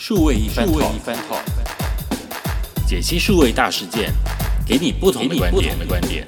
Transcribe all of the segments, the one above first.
数位一番 Talk， 解析数位大事件，给你不同的观点。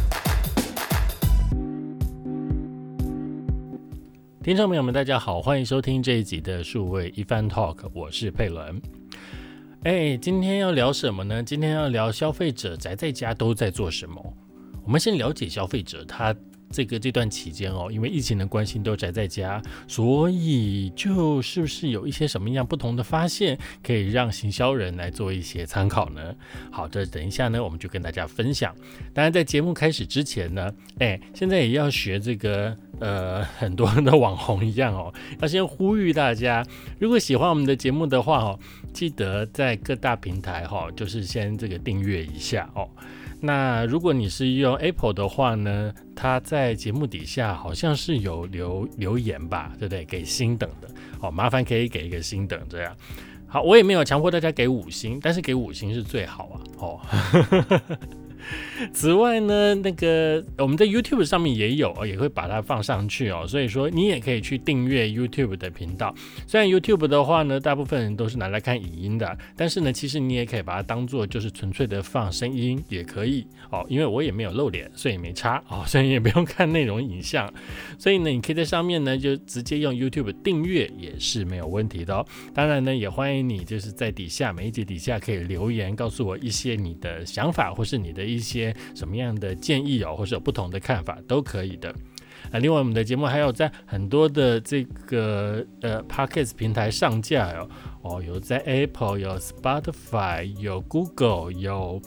听众朋友们，大家好，欢迎收听这一集的数位一番 Talk， 我是佩伦。今天要聊什么呢？今天要聊消费者宅在家都在做什么。我们先了解消费者他这段期间因为疫情的关系都宅在家，所以就是不是有一些什么样不同的发现，可以让行销人来做一些参考呢？好的，等一下呢，我们就跟大家分享。当然，在节目开始之前呢，现在也要学这个很多的网红一样要先呼吁大家，如果喜欢我们的节目的话记得在各大平台就是先这个订阅一下那如果你是用 Apple 的话呢，它在节目底下好像是有留言吧，对不对？给星等的麻烦可以给一个星等这样。好，我也没有强迫大家给5星，但是给5星是最好此外呢，我们在 YouTube 上面也有也会把它放上去所以说你也可以去订阅 YouTube 的频道。虽然 YouTube 的话呢，大部分人都是拿来看影音的，但是呢，其实你也可以把它当做就是纯粹的放声音也可以因为我也没有露脸，所以没差所以也不用看内容影像，所以呢，你可以在上面呢就直接用 YouTube 订阅也是没有问题的当然呢，也欢迎你就是在每一集底下可以留言告诉我一些你的想法，或是你的一些什么样的建议或是有不同的看法都可以的。另外我们的节目还有在很多的这个Podcast 平台上架有在 Apple， 有 Spotify， 有 Google， 有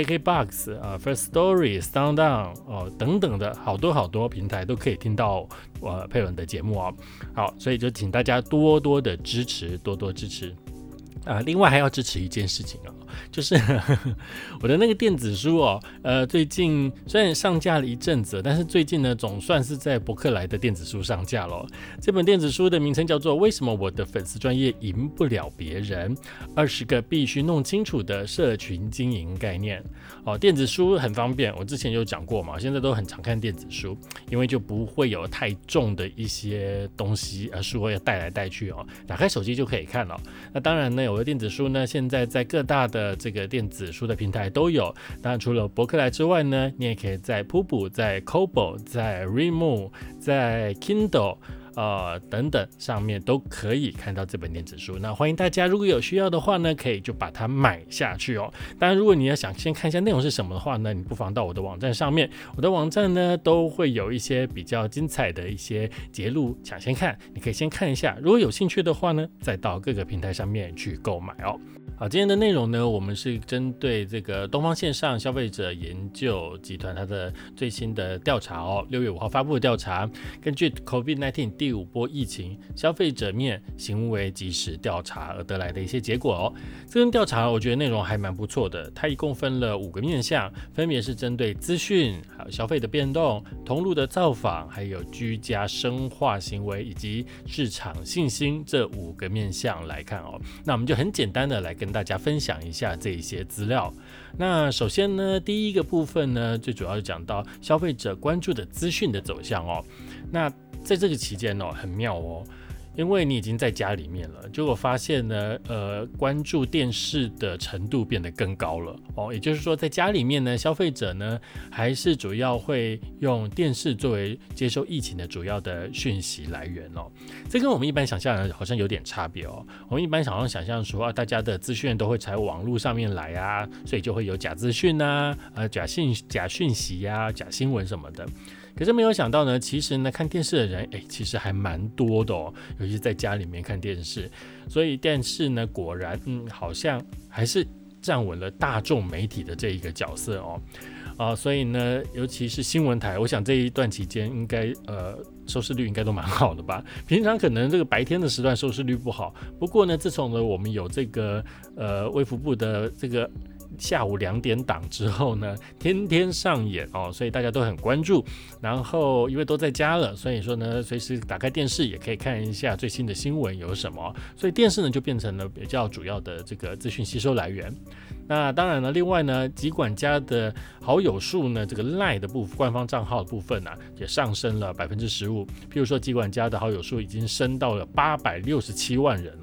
KKBox，First Story、SoundOn 等等的好多平台都可以听到佩伦的节目好，所以就请大家多多的支持，多多支持另外还要支持一件事情就是我的那个电子书最近虽然上架了一阵子，但是最近呢总算是在博客来的电子书上架了这本电子书的名称叫做《为什么我的粉丝专页赢不了别人？20个必须弄清楚的社群经营概念》电子书很方便，我之前有讲过嘛，现在都很常看电子书，因为就不会有太重的一些东西书要带来带去打开手机就可以看那当然呢，我的电子书呢现在在各大的这个电子书的平台都有，当然除了博客来之外呢，你也可以在 Pubu、在 Kobo、在 Readmoo、在 Kindle等等上面都可以看到这本电子书。那欢迎大家如果有需要的话呢，可以就把它买下去当然如果你要想先看一下内容是什么的话呢，你不妨到我的网站上面，我的网站呢都会有一些比较精彩的一些节录抢先看，你可以先看一下，如果有兴趣的话呢，再到各个平台上面去购买好，今天的内容呢，我们是针对这个东方线上消费者研究集团它的最新的调查6月5号发布的调查，根据 COVID-19 第5波疫情消费者面行为即时调查而得来的一些结果这份调查我觉得内容还蛮不错的，它一共分了5个面向，分别是针对资讯、还有消费的变动、通路的造访，还有居家生化行为以及市场信心这5个面向来看那我们就很简单的来跟大家分享一下这一些资料。那首先呢，第一个部分呢，最主要是讲到消费者关注的资讯的走向那在这个期间很妙因为你已经在家里面了，结果发现呢，关注电视的程度变得更高了也就是说，在家里面呢，消费者呢还是主要会用电视作为接收疫情的主要的讯息来源这跟我们一般想象的好像有点差别我们一般想象说大家的资讯都会从网络上面来所以就会有假资讯假讯息假新闻什么的。可是没有想到呢，其实呢，看电视的人其实还蛮多的尤其是在家里面看电视，所以电视呢果然好像还是站稳了大众媒体的这一个角色所以呢，尤其是新闻台，我想这一段期间应该收视率应该都蛮好的吧。平常可能这个白天的时段收视率不好，不过呢，自从呢我们有这个卫福部的这个下午2点档之后呢，天天上演所以大家都很关注。然后因为都在家了，所以说呢，随时打开电视也可以看一下最新的新闻有什么，所以电视呢就变成了比较主要的这个资讯吸收来源。那当然了，另外呢，疾管家的好友数呢，这个 LINE 的官方账号的部分也上升了 15%。譬如说疾管家的好友数已经升到了867万人了。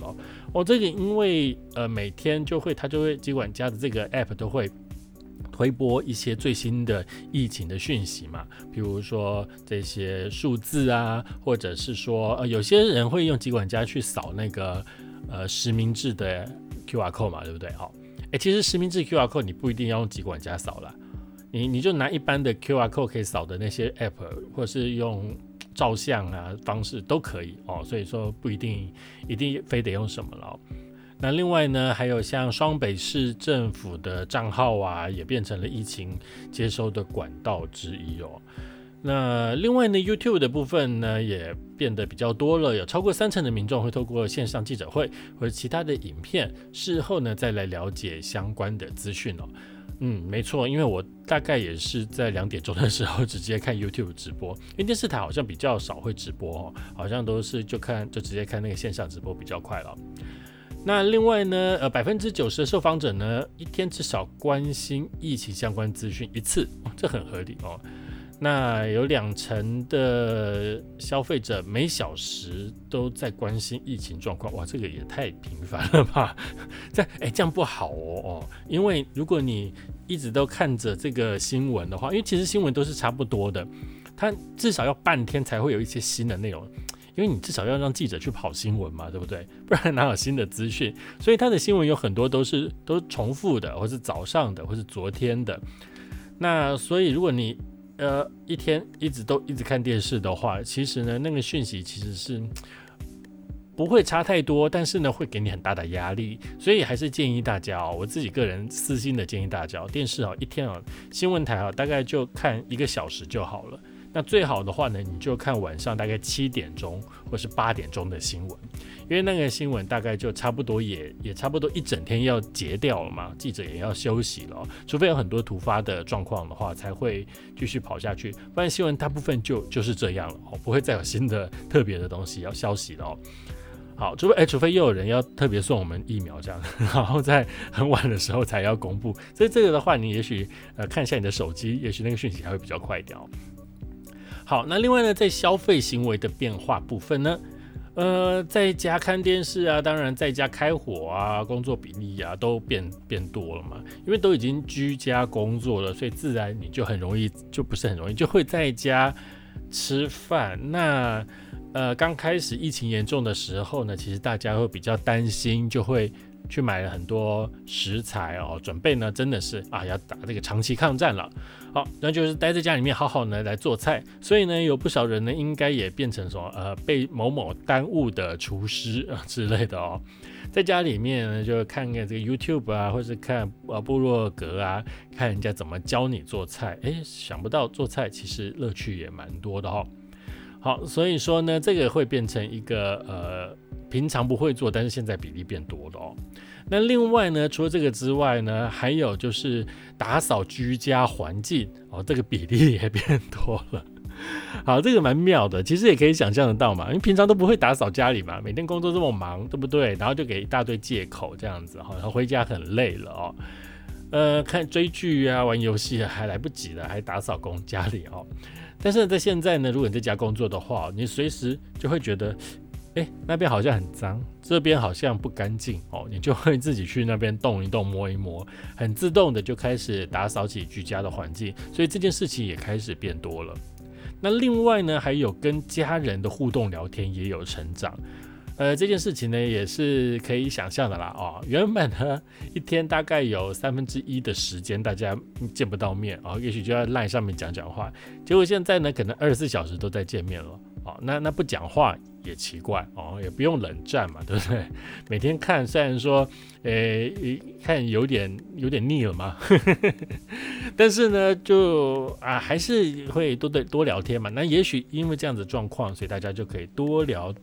这个因为每天它就会疾管家的这个 app 都会推播一些最新的疫情的讯息嘛，比如说这些数字啊，或者是说有些人会用疾管家去扫那个实名制的 QR code 嘛，对不对？其实实名制 QR code 你不一定要用疾管家扫啦，你就拿一般的 QR code 可以扫的那些 app， 或者是用照相啊方式都可以所以说不一定非得用什么了。那另外呢，还有像双北市政府的账号啊，也变成了疫情接收的管道之一那另外呢 YouTube 的部分呢也变得比较多了，有超过30%的民众会透过线上记者会或者其他的影片，事后呢再来了解相关的资讯没错，因为我大概也是在2点钟的时候直接看 YouTube 直播，因为电视台好像比较少会直播好像都是就直接看那个线上直播比较快了。那另外呢，90%的受访者呢，一天至少关心疫情相关资讯1次，这很合理那有2成的消费者每小时都在关心疫情状况，哇，这个也太频繁了吧？这样不好因为如果你一直都看着这个新闻的话，因为其实新闻都是差不多的，它至少要半天才会有一些新的内容。因为你至少要让记者去跑新闻嘛，对不对？不然哪有新的资讯？所以他的新闻有很多都是重复的，或是早上的，或是昨天的。那所以如果你一天一直看电视的话，其实呢那个讯息其实是不会差太多，但是呢会给你很大的压力。所以还是建议大家我自己个人私心的建议大家电视一天新闻台大概就看1个小时就好了。那最好的话呢，你就看晚上大概7点钟或是8点钟的新闻，因为那个新闻大概就差不多也差不多一整天要结掉了嘛，记者也要休息了除非有很多突发的状况的话，才会继续跑下去，不然新闻大部分就是这样了不会再有新的特别的东西要消息了好，除非又有人要特别送我们疫苗这样，然后在很晚的时候才要公布，所以这个的话，你也许看一下你的手机，也许那个讯息还会比较快一点好，那另外呢，在消费行为的变化部分呢，在家看电视啊，当然在家开火啊，工作比例啊都变多了嘛，因为都已经居家工作了，所以自然你就很容易，就不是很容易，就会在家吃饭。那刚开始疫情严重的时候呢，其实大家会比较担心，就会去买了很多食材准备呢真的是要打这个长期抗战了。好，那就是待在家里面好好呢来做菜，所以呢有不少人呢应该也变成被某某耽误的厨师之类的在家里面呢就看看这个 YouTube 啊，或是看部落格啊，看人家怎么教你做菜，想不到做菜其实乐趣也蛮多的好，所以说呢这个会变成一个平常不会做，但是现在比例变多了那另外呢，除了这个之外呢，还有就是打扫居家环境这个比例也变多了。好，这个蛮妙的，其实也可以想象得到嘛，因为平常都不会打扫家里嘛，每天工作这么忙，对不对？然后就给一大堆借口这样子然后回家很累了看追剧啊，玩游戏还来不及了，还打扫家里但是在现在呢，如果你在家工作的话，你随时就会觉得那边好像很脏，这边好像不干净你就会自己去那边动一动，摸一摸，很自动的就开始打扫起居家的环境，所以这件事情也开始变多了。那另外呢，还有跟家人的互动聊天也有成长。这件事情呢也是可以想象的啦原本呢一天大概有1/3的时间大家见不到面也许就在 LINE 上面讲话，结果现在呢可能24小时都在见面了那不讲话也奇怪也不用冷战嘛，对不对？每天看虽然说看有点腻了嘛但是呢就还是会多聊天嘛，那也许因为这样子的状况，所以大家就可以多聊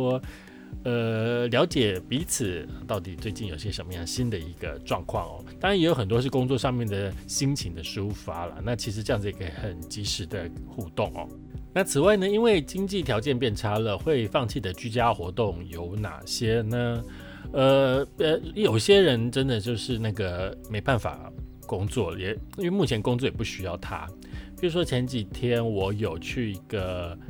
了解彼此到底最近有些什么样新的一个状况当然也有很多是工作上面的心情的抒发啦，那其实这样子也可以很及时的互动那此外呢，因为经济条件变差了，会放弃的居家活动有哪些呢？有些人真的就是那个没办法工作，因为目前工作也不需要他。比如说前几天我有去一个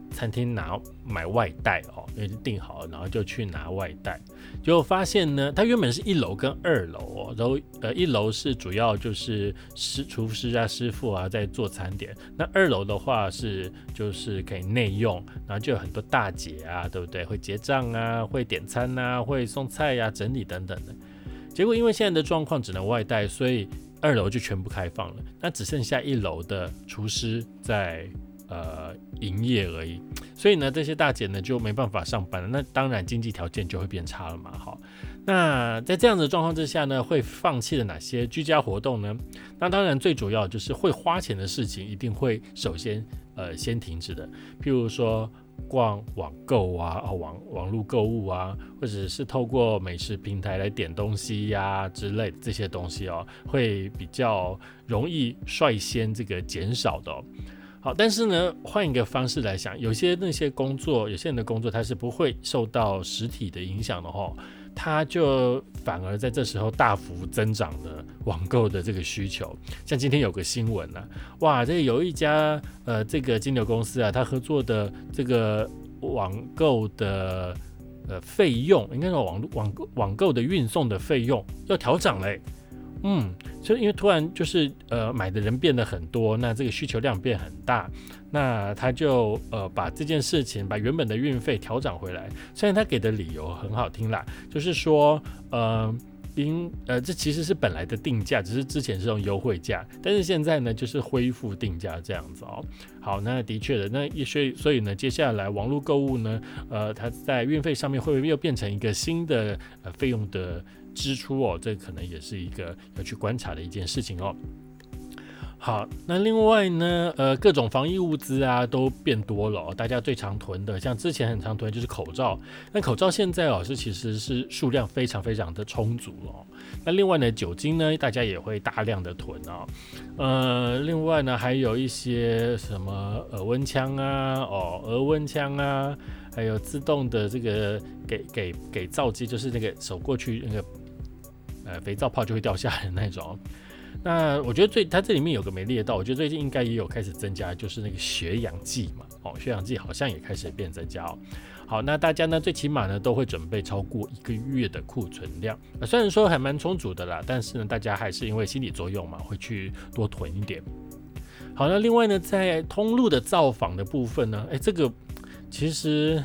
餐厅买外带哦，因为订好了，然后就去拿外带，结果发现呢，它原本是1楼跟2楼哦，然后1楼是主要就是厨师啊、师傅啊在做餐点，那2楼的话就是可以内用，然后就有很多大姐啊，对不对？会结账啊，会点餐啊，会送菜啊、整理等等的。结果因为现在的状况只能外带，所以2楼就全部开放了，那只剩下1楼的厨师在营业而已，所以呢，这些大姐呢就没办法上班了，那当然经济条件就会变差了嘛。好，那在这样的状况之下呢，会放弃了哪些居家活动呢？那当然最主要就是会花钱的事情一定会首先先停止的，譬如说逛网购啊，网络购物啊，或者是透过美食平台来点东西呀之类的这些东西哦，会比较容易率先这个减少的哦。好，但是呢，换一个方式来想，有些人的工作它是不会受到实体的影响的哦，它就反而在这时候大幅增长了网购的这个需求。像今天有个新闻啊，哇，这有一家这个金流公司啊，它合作的这个网购的费用，应该说网购的运送的费用要调涨嘞。所以因为突然就是买的人变得很多，那这个需求量变很大，那他就把这件事情把原本的运费调涨回来。虽然他给的理由很好听啦，就是说这其实是本来的定价，只是之前是用优惠价，但是现在呢就是恢复定价这样子哦。好，那的确的，那所以呢，接下来网络购物呢，它在运费上面会不会又变成一个新的费用的支出哦？这可能也是一个要去观察的一件事情哦。好，那另外呢，各种防疫物资啊都变多了哦，大家最常囤的，像之前很常囤就是口罩，那口罩现在哦其实是数量非常非常的充足哦。那另外呢，酒精呢，大家也会大量的囤哦。另外呢，还有一些什么耳温枪啊，额温枪啊，还有自动的这个给皂机，就是那个手过去那个肥皂泡就会掉下来的那种。那我觉得它这里面有个没列到，我觉得最近应该也有开始增加，就是那个血氧计嘛，血氧计好像也开始变增加哦。好，那大家呢最起码呢都会准备超过1个月的库存量，虽然说还蛮充足的啦，但是呢大家还是因为心理作用嘛，会去多囤一点。好，那另外呢，在通路的造访的部分呢，这个其实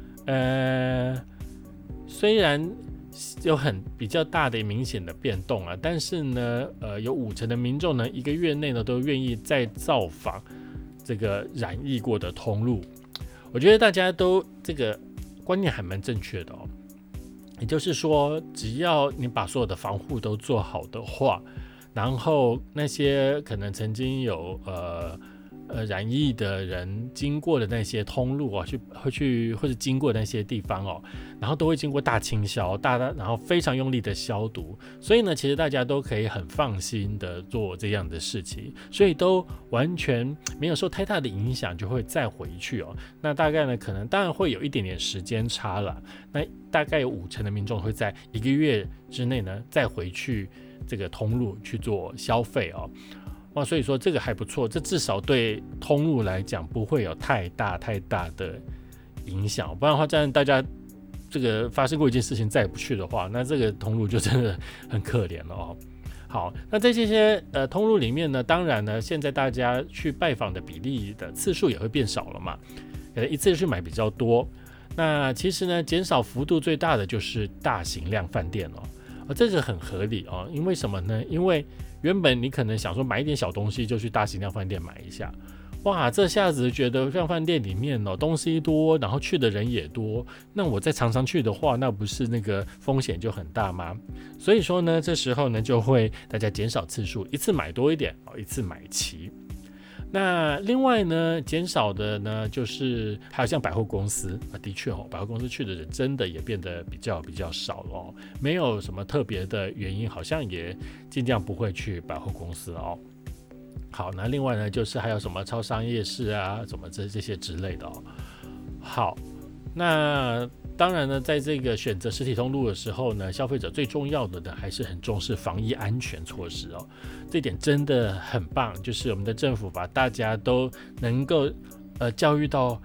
虽然有比较大的明显的变动啊，但是呢，有50%的民众呢1个月内呢都愿意再造访这个染疫过的通路。我觉得大家都这个观念还蛮正确的哦，也就是说，只要你把所有的防护都做好的话，然后那些可能曾经有染疫的人经过的那些通路啊，或者经过那些地方哦，然后都会经过大清消，然后非常用力的消毒，所以呢，其实大家都可以很放心的做这样的事情，所以都完全没有受太大的影响，就会再回去哦。那大概呢，可能当然会有一点点时间差了，那大概有50%的民众会在1个月之内呢再回去这个通路去做消费哦。所以说这个还不错，这至少对通路来讲不会有太大的影响，不然的话，这样大家这个发生过一件事情再也不去的话，那这个通路就真的很可怜了哦。好，那在这些通路里面呢，当然呢，现在大家去拜访的比例的次数也会变少了嘛，可能一次去买比较多。那其实呢，减少幅度最大的就是大型量饭店哦，这个很合理哦，因为什么呢？因为原本你可能想说买一点小东西就去大型量饭店买一下，哇，这下子觉得量饭店里面东西多，然后去的人也多，那我再常常去的话，那不是那个风险就很大吗？所以说呢，这时候呢就会大家减少次数，一次买多一点，一次买齐。那另外呢，减少的呢，就是还有像百货公司啊，的确百货公司去的人真的也变得比较少了哦，没有什么特别的原因，好像也尽量不会去百货公司哦。好，那另外呢，就是还有什么超商夜市啊，什么这些之类的哦。好，那当然呢，在这个选择实体通路的时候呢，消费者最重要的呢，还是很重视防疫安全措施哦。这点真的很棒，就是我们的政府把大家都能够教育到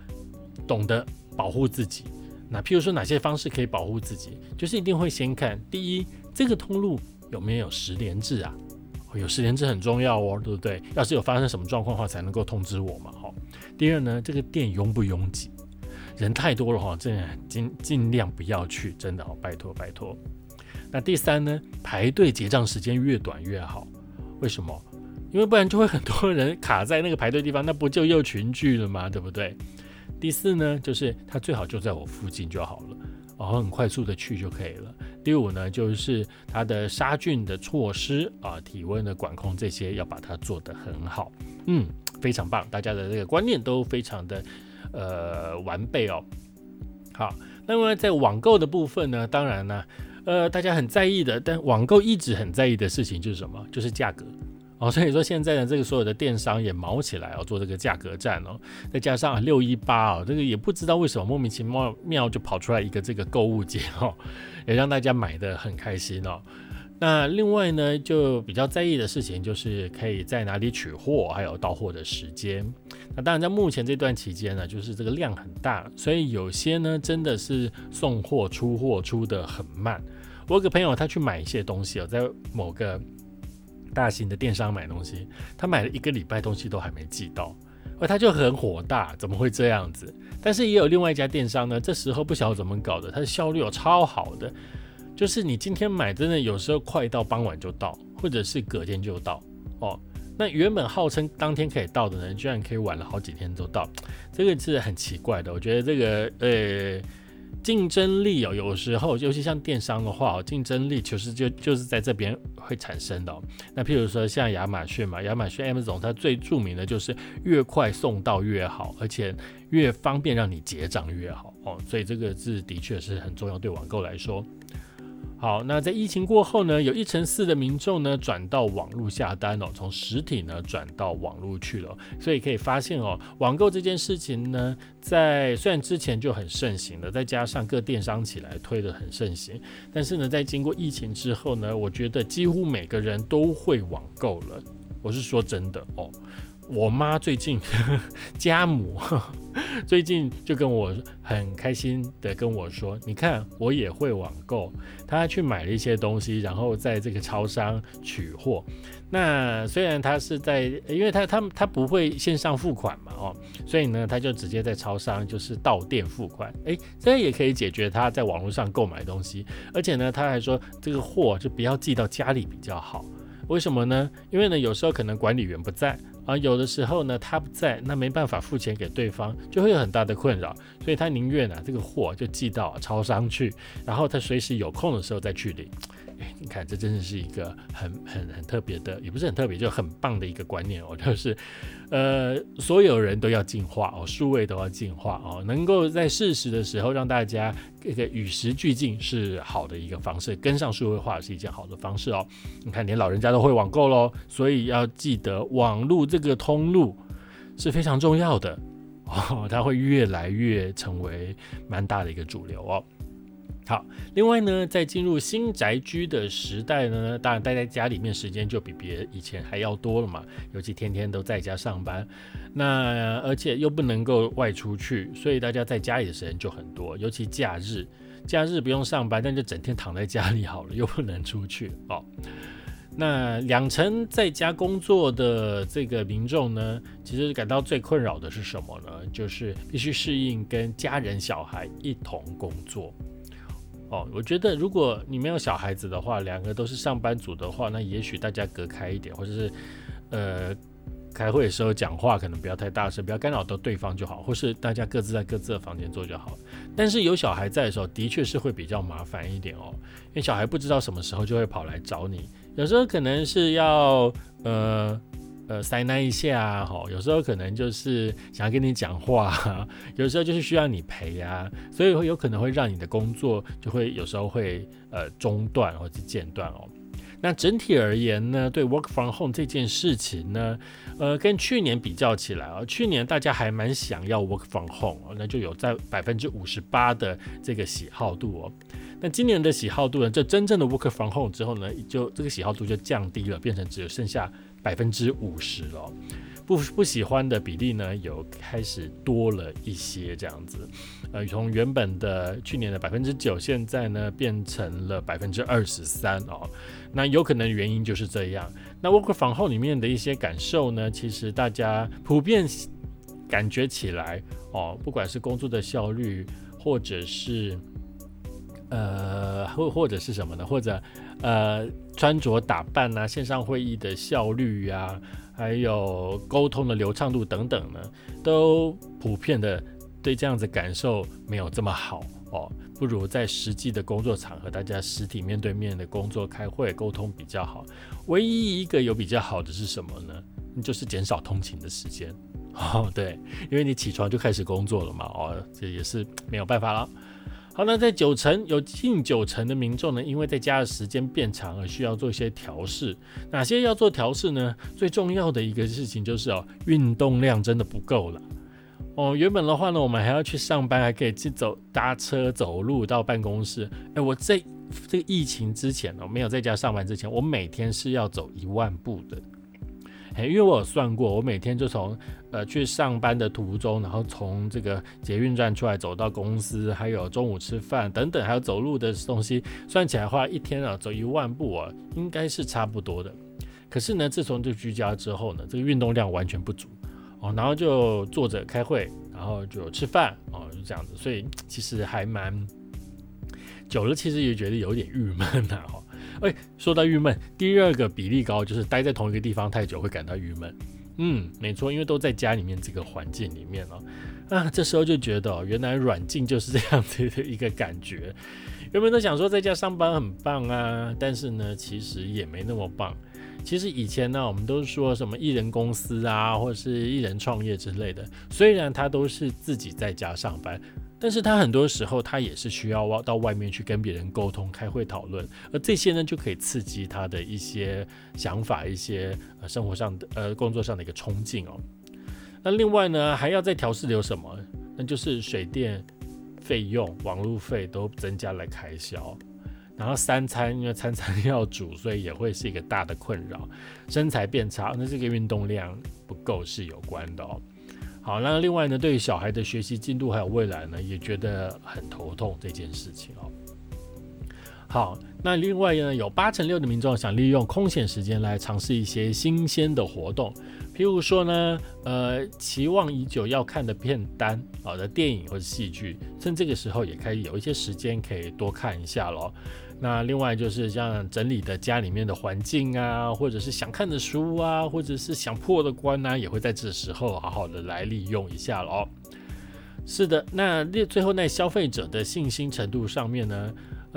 懂得保护自己。那譬如说哪些方式可以保护自己，就是一定会先看第一，这个通路有没有实联制啊？有实联制很重要哦，对不对？要是有发生什么状况的话，才能够通知我嘛。第二呢，这个店拥不拥挤？人太多了哈，真的尽量不要去，真的拜托拜托。那第三呢，排队结账时间越短越好。为什么？因为不然就会很多人卡在那个排队地方，那不就又群聚了吗？对不对？第四呢，就是它最好就在我附近就好了。很快速的去就可以了。第五呢，就是它的杀菌的措施体温的管控这些要把它做得很好。非常棒，大家的这个观念都非常的完备哦。好，那么在网购的部分呢，当然呢，大家很在意的，但网购一直很在意的事情就是什么？就是价格。所以说现在呢，这个所有的电商也毛起来做这个价格战再加上618这个也不知道为什么莫名其妙就跑出来一个这个购物节也让大家买得很开心那另外呢，就比较在意的事情就是可以在哪里取货，还有到货的时间。那当然在目前这段期间呢，就是这个量很大，所以有些呢真的是送货出得很慢。我有个朋友他去买一些东西在某个大型的电商买东西，他买了1个礼拜东西都还没寄到，他就很火大，怎么会这样子？但是也有另外一家电商呢，这时候不晓得怎么搞的，它的效率超好的，就是你今天买真的有时候快到傍晚就到，或者是隔天就到那原本号称当天可以到的呢，居然可以晚了好几天都到，这个是很奇怪的。我觉得这个竞争力有时候尤其像电商的话竞争力就是在这边会产生的那譬如说像亚马逊嘛，亚马逊 Amazon 它最著名的就是越快送到越好，而且越方便让你结账越好所以这个是的确是很重要，对网购来说。好，那在疫情过后呢，有1/4的民众呢转到网络下单从实体呢转到网络去了，所以可以发现网购这件事情呢，在虽然之前就很盛行了，再加上各电商起来推得很盛行，但是呢，在经过疫情之后呢，我觉得几乎每个人都会网购了。我是说真的我妈最近家母最近就跟我很开心的跟我说，你看我也会网购，她去买了一些东西，然后在这个超商取货。那虽然她是因为她不会线上付款嘛所以呢她就直接在超商就是到店付款，这也可以解决她在网络上购买东西，而且呢她还说这个货就不要寄到家里比较好。为什么呢？因为呢有时候可能管理员不在有的时候呢他不在，那没办法付钱给对方，就会有很大的困扰，所以他宁愿这个货就寄到超商去，然后他随时有空的时候再去领。你看这真的是一个很特别的，也不是很特别，就很棒的一个观念就是所有人都要进化数位都要进化能够在适时的时候让大家与时俱进是好的一个方式，跟上数位化是一件好的方式你看连老人家都会网购咯，所以要记得网络这个通路是非常重要的它会越来越成为蛮大的一个主流好，另外呢，在进入新宅居的时代呢，当然待在家里面时间就比以前还要多了嘛，尤其天天都在家上班，那而且又不能够外出去，所以大家在家里的时间就很多，尤其假日不用上班，但就整天躺在家里好了，又不能出去那2成在家工作的这个民众呢，其实感到最困扰的是什么呢？就是必须适应跟家人小孩一同工作我觉得如果你没有小孩子的话，2个都是上班族的话，那也许大家隔开一点，或者是开会的时候讲话可能不要太大声，不要干扰到对方就好，或是大家各自在各自的房间做就好。但是有小孩在的时候的确是会比较麻烦一点因为小孩不知道什么时候就会跑来找你，有时候可能是要塞奶一下有时候可能就是想要跟你讲话有时候就是需要你陪所以有可能会让你的工作就会有时候会中断或者间断那整体而言呢，对 work from home 这件事情呢，跟去年比较起来去年大家还蛮想要 work from home那就有在58%的这个喜好度那今年的喜好度呢，这真正的 work from home 之后呢，就这个喜好度就降低了，变成只有剩下50%了不不喜欢的比例呢有开始多了一些这样子，从原本的去年的9%，现在呢变成了23%哦。那有可能原因就是这样。那 Work from home 里面的一些感受呢，其实大家普遍感觉起来哦，不管是工作的效率，或者是或者是什么呢？或者穿着打扮啊，线上会议的效率啊，还有沟通的流畅度等等呢，都普遍的对这样子感受没有这么好哦，不如在实际的工作场合，大家实体面对面的工作、开会、沟通比较好。唯一一个有比较好的是什么呢？就是减少通勤的时间哦，对，因为你起床就开始工作了嘛，哦，这也是没有办法了。好，那在有近90%的民众呢，因为在家的时间变长而需要做一些调试。哪些要做调试呢？最重要的一个事情就是运动量真的不够了。原本的话呢，我们还要去上班，还可以搭车走路到办公室。我在这个疫情之前没有在家上班之前，我每天是要走1万步的。因为我有算过，我每天就从去上班的途中，然后从这个捷运站出来走到公司，还有中午吃饭等等，还有走路的东西，算起来的话，一天走1万步应该是差不多的。可是呢，自从这居家之后呢，这个运动量完全不足然后就坐着开会，然后就吃饭就这样子，所以其实还蛮久了，其实也觉得有点郁闷说到郁闷，第二个比例高就是待在同一个地方太久会感到郁闷。没错，因为都在家里面这个环境里面这时候就觉得原来软禁就是这样子的一个感觉。原本都想说在家上班很棒啊，但是呢，其实也没那么棒。其实以前呢，我们都说什么艺人公司啊，或者是艺人创业之类的，虽然他都是自己在家上班，但是他很多时候他也是需要到外面去跟别人沟通、开会讨论，而这些呢就可以刺激他的一些想法、一些生活上的工作上的一个冲劲那另外呢，还要再调试有什么？那就是水电费用、网路费都增加了开销。然后3餐，因为餐餐要煮，所以也会是一个大的困扰。身材变差，那这个运动量不够是有关的好，那另外呢，对于小孩的学习进度还有未来呢，也觉得很头痛这件事情好，那另外呢，有86%的民众想利用空闲时间来尝试一些新鲜的活动，譬如说呢，期望已久要看的片单的电影或者戏剧，趁这个时候也可以有一些时间可以多看一下咯。那另外就是像整理的家里面的环境啊，或者是想看的书啊，或者是想破的关啊，也会在这时候好好的来利用一下咯。是的，那最后在消费者的信心程度上面呢，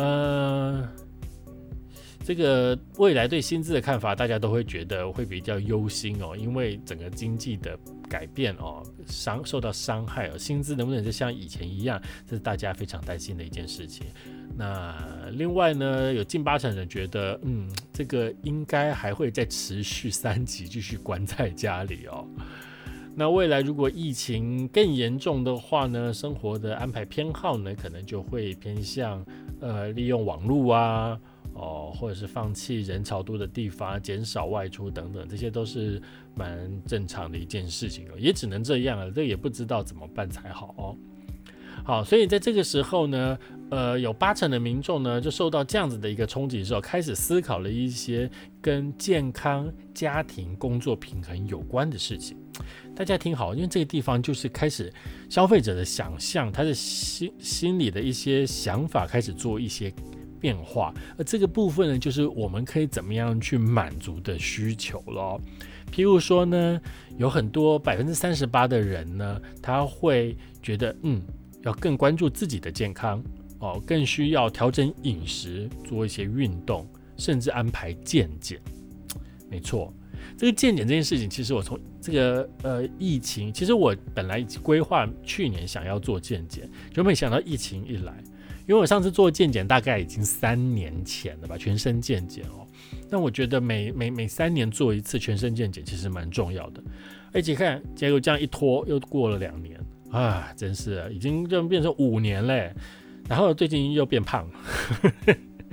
这个未来对薪资的看法，大家都会觉得会比较忧心因为整个经济的改变受到伤害薪资能不能再像以前一样，这是大家非常担心的一件事情。那另外呢，有近80%人觉得，这个应该还会再持续3级继续关在家里那未来如果疫情更严重的话呢，生活的安排偏好呢，可能就会偏向利用网络啊，或者是放弃人潮多的地方，减少外出等等，这些都是蛮正常的一件事情也只能这样了，这也不知道怎么办才好好，所以在这个时候呢，有80%的民众呢，就受到这样子的一个冲击之后，开始思考了一些跟健康、家庭、工作平衡有关的事情。大家听好，因为这个地方就是开始消费者的想象，他的心里的一些想法开始做一些变化，而这个部分呢，就是我们可以怎么样去满足的需求咯。譬如说呢，有很多38%的人呢，他会觉得要更关注自己的健康更需要调整饮食，做一些运动，甚至安排健检。没错，这个健检这件事情，其实我从这个疫情，其实我本来规划去年想要做健检，就没想到疫情一来，因为我上次做健检大概已经3年前了吧，全身健检那我觉得每3年做一次全身健检其实蛮重要的。而且看，结果这样一拖又过了2年真是已经就变成5年嘞。然后最近又变胖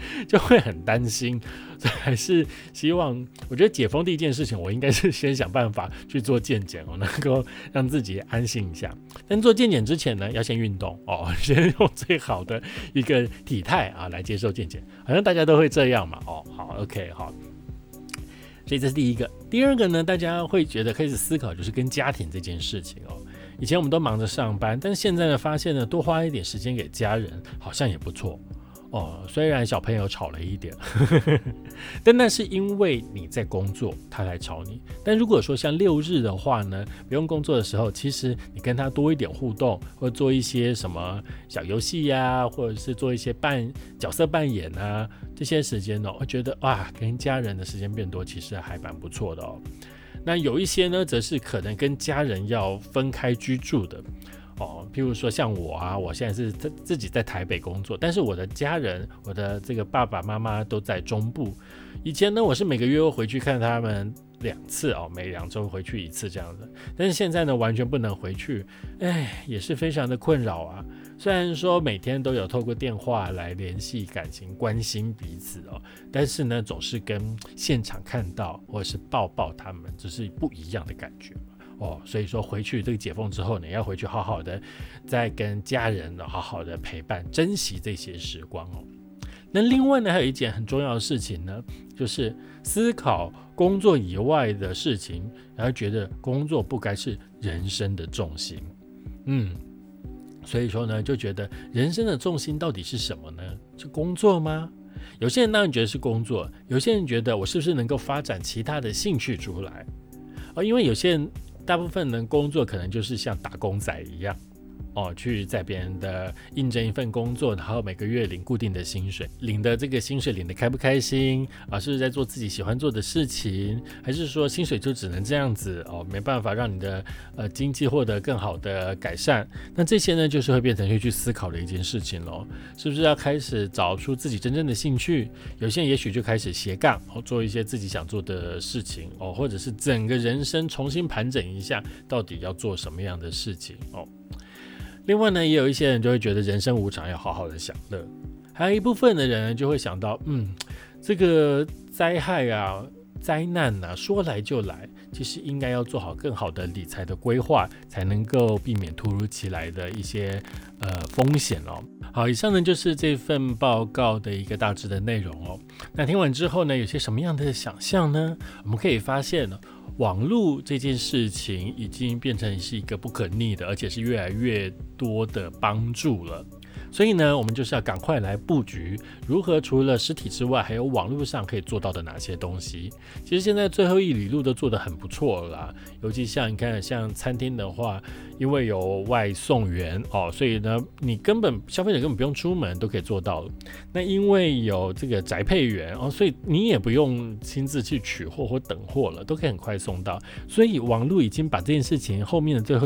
就会很担心。所以还是希望，我觉得解封第一件事情，我应该是先想办法去做健检能够让自己安心一下。但做健检之前呢，要先运动先用最好的一个体态来接受健检，好像大家都会这样嘛好 OK 好。所以这是第一个。第二个呢，大家会觉得开始思考，就是跟家庭这件事情以前我们都忙着上班，但是现在呢，发现呢，多花一点时间给家人，好像也不错虽然小朋友吵了一点但那是因为你在工作，他来吵你。但如果说像6日的话呢，不用工作的时候，其实你跟他多一点互动，或者做一些什么小游戏呀，或者是做一些角色扮演啊，这些时间会觉得哇，跟家人的时间变多，其实还蛮不错的那有一些呢，则是可能跟家人要分开居住的譬如说像我现在是自己在台北工作，但是我的家人，我的这个爸爸妈妈都在中部。以前呢，我是每个月会回去看他们2次每2周回去1次这样子。但是现在呢，完全不能回去，也是非常的困扰啊。虽然说每天都有透过电话来联系感情、关心彼此但是呢，总是跟现场看到或者是抱抱他们，这是不一样的感觉所以说回去这个解封之后呢，要回去好好的再跟家人好好的陪伴，珍惜这些时光那另外呢，还有一件很重要的事情呢，就是思考工作以外的事情，然后觉得工作不该是人生的重心。所以说呢，就觉得人生的重心到底是什么呢？是工作吗？有些人当然觉得是工作，有些人觉得我是不是能够发展其他的兴趣出来因为有些人大部分人工作可能就是像打工仔一样去在别人的应征一份工作，然后每个月领固定的薪水，领的这个薪水领得开不开心是不是在做自己喜欢做的事情，还是说薪水就只能这样子没办法让你的经济获得更好的改善。那这些呢，就是会变成去思考的一件事情咯，是不是要开始找出自己真正的兴趣？有些人也许就开始斜杠做一些自己想做的事情或者是整个人生重新盘整一下，到底要做什么样的事情另外呢，也有一些人就会觉得人生无常，要好好的享乐。还有一部分的人就会想到这个灾害灾难说来就来，其实应该要做好更好的理财的规划，才能够避免突如其来的一些风险好，以上呢就是这份报告的一个大致的内容那听完之后呢，有些什么样的想象呢？我们可以发现网络这件事情已经变成是一个不可逆的，而且是越来越多的帮助了。所以呢，我们就是要赶快来布局，如何除了实体之外，还有网络上可以做到的哪些东西。其实现在最后一里路都做得很不错了啦，尤其像你看，像餐厅的话，因为有外送员所以呢，你消费者根本不用出门都可以做到了。那因为有这个宅配员所以你也不用亲自去取货或等货了，都可以很快送到。所以网络已经把这件事情后面的最后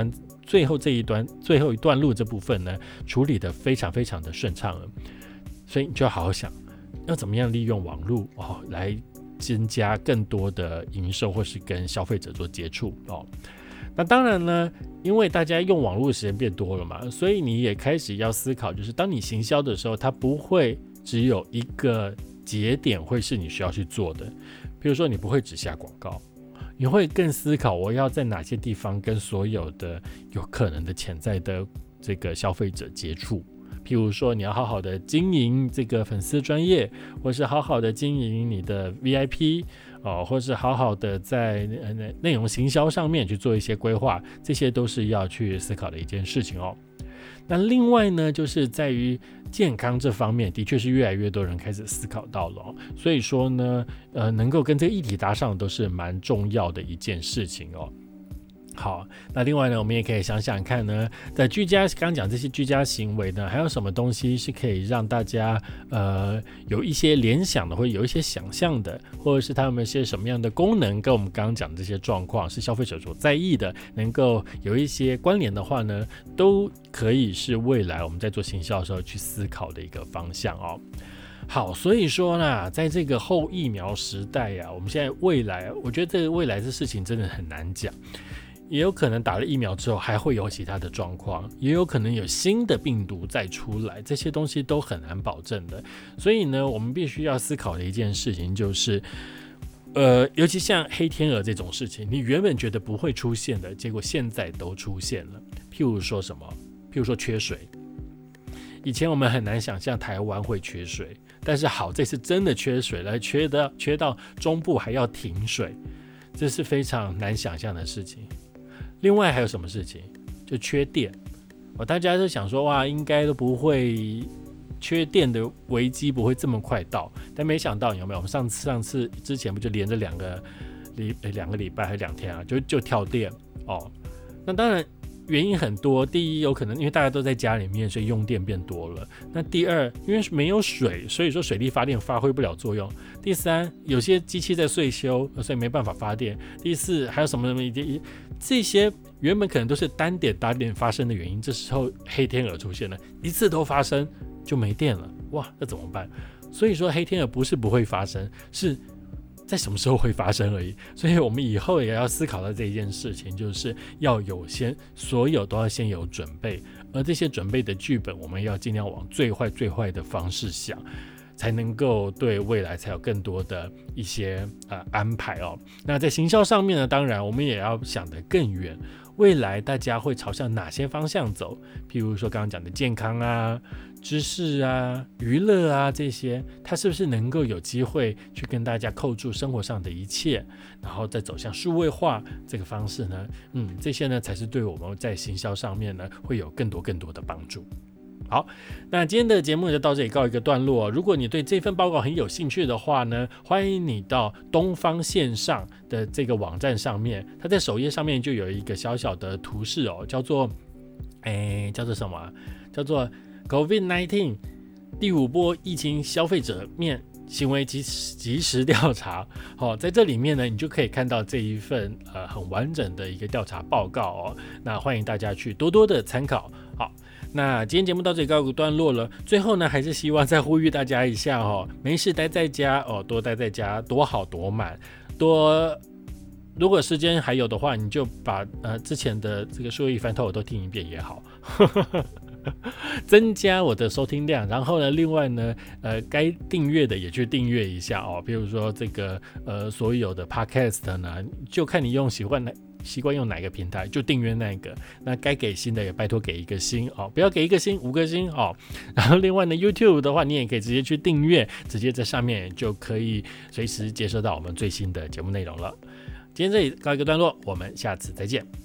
一段路这部分呢，处理得非常非常的顺畅了。所以你就要好好想，要怎么样利用网络来增加更多的营收，或是跟消费者做接触那当然呢，因为大家用网络的时间变多了嘛，所以你也开始要思考，就是当你行销的时候，它不会只有一个节点会是你需要去做的。比如说你不会只下广告，你会更思考我要在哪些地方跟所有的有可能的潜在的这个消费者接触。譬如说你要好好的经营这个粉丝专页，或是好好的经营你的 VIP或是好好的在内容行销上面去做一些规划，这些都是要去思考的一件事情那另外呢，就是在于健康这方面，的确是越来越多人开始思考到了所以说呢，能够跟这个议题搭上都是蛮重要的一件事情好，那另外呢，我们也可以想想看呢，在刚讲这些居家行为呢，还有什么东西是可以让大家有一些联想的，或者有一些想象的，或者是他们一些什么样的功能，跟我们刚刚讲的这些状况是消费者所在意的，能够有一些关联的话呢，都可以是未来我们在做行销的时候去思考的一个方向好，所以说啦，在这个后疫苗时代我们现在未来，我觉得这个未来的事情真的很难讲。 也有可能打了疫苗之后还会有其他的状况，也有可能有新的病毒再出来，这些东西都很难保证的。所以呢，我们必须要思考的一件事情就是，尤其像黑天鹅这种事情，你原本觉得不会出现的，结果现在都出现了。譬如说什么？譬如说缺水。以前我们很难想象台湾会缺水，但是好，这次真的缺水了，缺到中部还要停水，这是非常难想象的事情。另外还有什么事情？就缺电。大家都想说，哇，应该都不会缺电的危机不会这么快到，但没想到有没有？我们上次之前不就连着两个礼拜还是2天啊，就跳电哦。那当然。原因很多，第一有可能因为大家都在家里面，所以用电变多了。那第二，因为没有水，所以说水力发电发挥不了作用。第三，有些机器在岁修，所以没办法发电。第四，还有什么这些原本可能都是单点打点发生的原因，这时候黑天鹅出现了，一次都发生就没电了，哇，那怎么办？所以说黑天鹅不是不会发生，是在什么时候会发生而已，所以我们以后也要思考到这一件事情，就是要所有都要先有准备，而这些准备的剧本，我们要尽量往最坏的方式想，才能够对未来才有更多的一些安排哦。那在行销上面呢，当然我们也要想得更远，未来大家会朝向哪些方向走？譬如说刚刚讲的健康啊、知识啊、娱乐啊这些，它是不是能够有机会去跟大家扣住生活上的一切，然后再走向数位化这个方式呢？这些呢才是对我们在行销上面呢会有更多的帮助。好，那今天的节目就到这里告一个段落。如果你对这份报告很有兴趣的话呢，欢迎你到东方线上的这个网站上面，它在首页上面就有一个小小的图示哦，叫做什么？叫做 COVID-19 第5波疫情消费者面行为即时调查。在这里面呢，你就可以看到这一份很完整的一个调查报告哦。那欢迎大家去多的参考。好。那今天节目到这里告一个段落了。最后呢，还是希望再呼吁大家一下没事待在家多待在家，多好多满，如果时间还有的话，你就把之前的这个数位翻透我都听一遍也好，增加我的收听量。然后呢，另外呢，该订阅的也去订阅一下比如说这个所有的 podcast 呢，就看你习惯用哪个平台就订阅那个，那该给星的也拜托给1个星不要给1个星5个星然后另外呢 YouTube 的话，你也可以直接去订阅，直接在上面就可以随时接收到我们最新的节目内容了。今天这里告一个段落，我们下次再见。